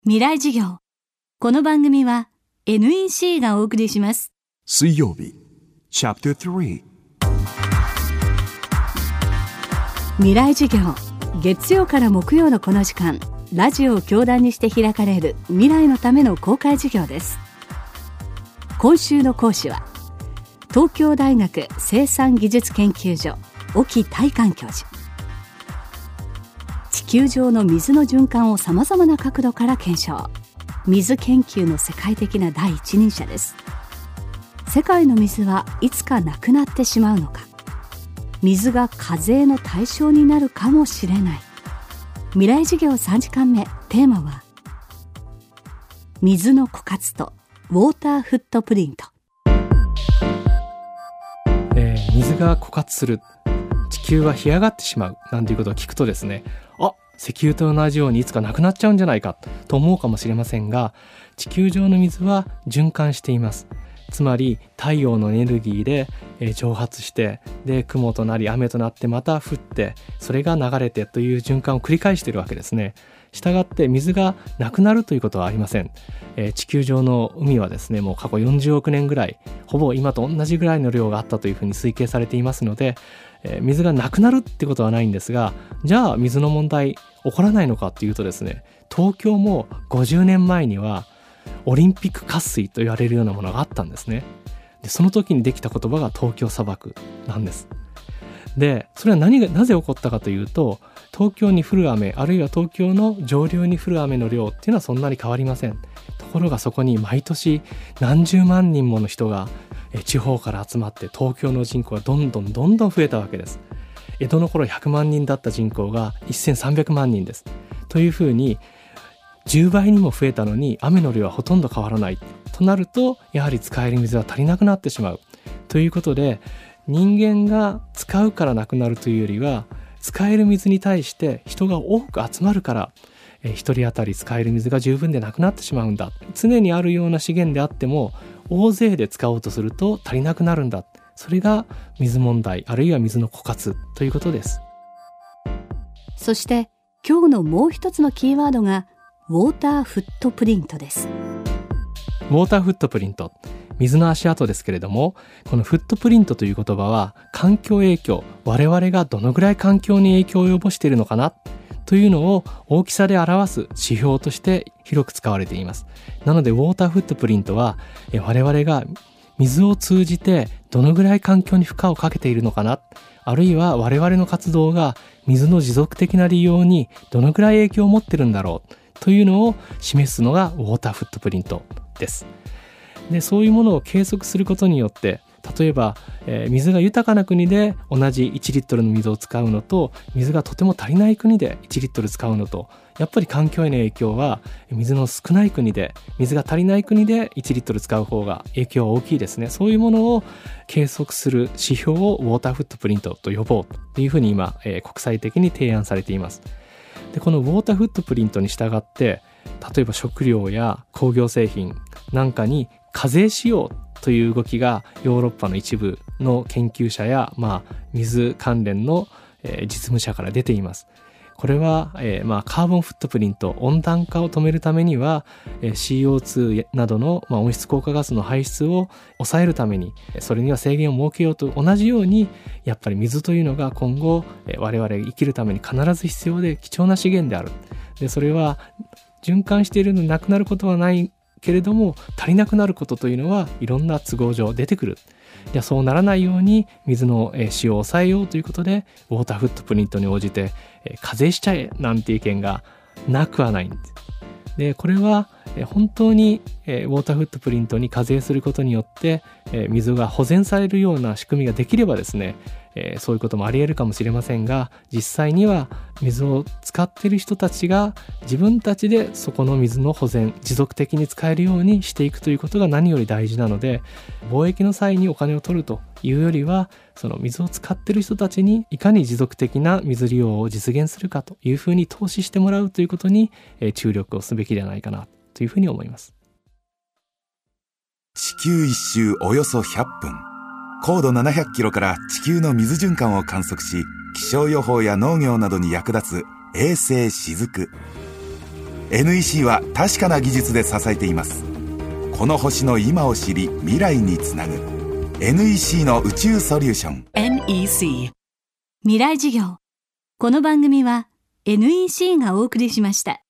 未来授業。この番組は NEC がお送りします。 水曜日、チャプター3。 未来授業。月曜から木曜のこの時間、ラジオを教壇にして開かれる未来のための公開授業です。今週の講師は東京大学生産技術研究所沖大観教授。地球上の水の循環をさまざまな角度から検証。水研究の世界的な第一人者です。世界の水はいつかなくなってしまうのか。水が課税の対象になるかもしれない。未来授業3時間目、テーマは水の枯渇とウォーターフットプリント。 水が枯渇する、地球は干上がってしまうなんていうことを聞くとですね、石油と同じようにいつかなくなっちゃうんじゃないかと思うかもしれませんが、地球上の水は循環しています。つまり太陽のエネルギーで蒸発して、で雲となり雨となってまた降って、それが流れてという循環を繰り返しているわけですね。したがって水がなくなるということはありません。地球上の海はですね、もう過去40億年ぐらい、ほぼ今と同じぐらいの量があったというふうに推計されていますので、水がなくなるってことはないんですが、じゃあ水の問題起こらないのかっていうとですね、東京も50年前にはオリンピック渇水と言われるようなものがあったんですね。でその時にできた言葉が東京砂漠なんです。でそれはなぜ起こったかというと、東京に降る雨、あるいは東京の上流に降る雨の量っていうのはそんなに変わりません。ところがそこに毎年何十万人もの人が地方から集まって、東京の人口がどんどん増えたわけです。江戸の頃100万人だった人口が1300万人です。というふうに10倍にも増えたのに雨の量はほとんど変わらないとなると、やはり使える水は足りなくなってしまうということで、人間が使うからなくなるというよりは、使える水に対して人が多く集まるから一人当たり使える水が十分でなくなってしまうんだ。常にあるような資源であっても大勢で使おうとすると足りなくなるんだ。それが水問題、あるいは水の枯渇ということです。 そして今日のもう一つのキーワードがウォーターフットプリントです。 ウォーターフットプリント、水の足跡ですけれども、このフットプリントという言葉は環境影響、我々がどのぐらい環境に影響を及ぼしているのかなというのを大きさで表す指標として広く使われています。なのでウォーターフットプリントは我々が水を通じてどのぐらい環境に負荷をかけているのかな、あるいは我々の活動が水の持続的な利用にどのぐらい影響を持っているんだろうというのを示すのがウォーターフットプリントです。でそういうものを計測することによって、例えば、水が豊かな国で同じ1リットルの水を使うのと、水がとても足りない国で1リットル使うのと、やっぱり環境への影響は水の少ない国で、水が足りない国で1リットル使う方が影響は大きいですね。そういうものを計測する指標をウォーターフットプリントと呼ぼうというふうに今、国際的に提案されています。でこのウォーターフットプリントに従って、例えば食料や工業製品なんかに課税しようという動きがヨーロッパの一部の研究者や、水関連の実務者から出ています。これはカーボンフットプリント、温暖化を止めるためには CO2 などの温室効果ガスの排出を抑えるために、それには制限を設けようと同じように、やっぱり水というのが今後我々生きるために必ず必要で貴重な資源である。でそれは循環しているのになくなることはないけれども、足りなくなることというのはいろんな都合上出てくる。じゃあそうならないように水の使用を抑えようということで、ウォーターフットプリントに応じて課税しちゃえなんて意見がなくはないんです。でこれは本当にウォーターフットプリントに課税することによって水が保全されるような仕組みができればですね、そういうこともあり得るかもしれませんが、実際には水を使っている人たちが自分たちでそこの水の保全、持続的に使えるようにしていくということが何より大事なので、貿易の際にお金を取るというよりは、その水を使っている人たちにいかに持続的な水利用を実現するかというふうに投資してもらうということに注力をすべきではないかなというふうに思います。 地球一周およそ100分、高度700キロから地球の水循環を観測し、気象予報や農業などに役立つ衛星しずく。 NEC は確かな技術で支えています。この星の今を知り、未来につなぐ NEC の宇宙ソリューション。 NEC 未来事業。この番組は NEC がお送りしました。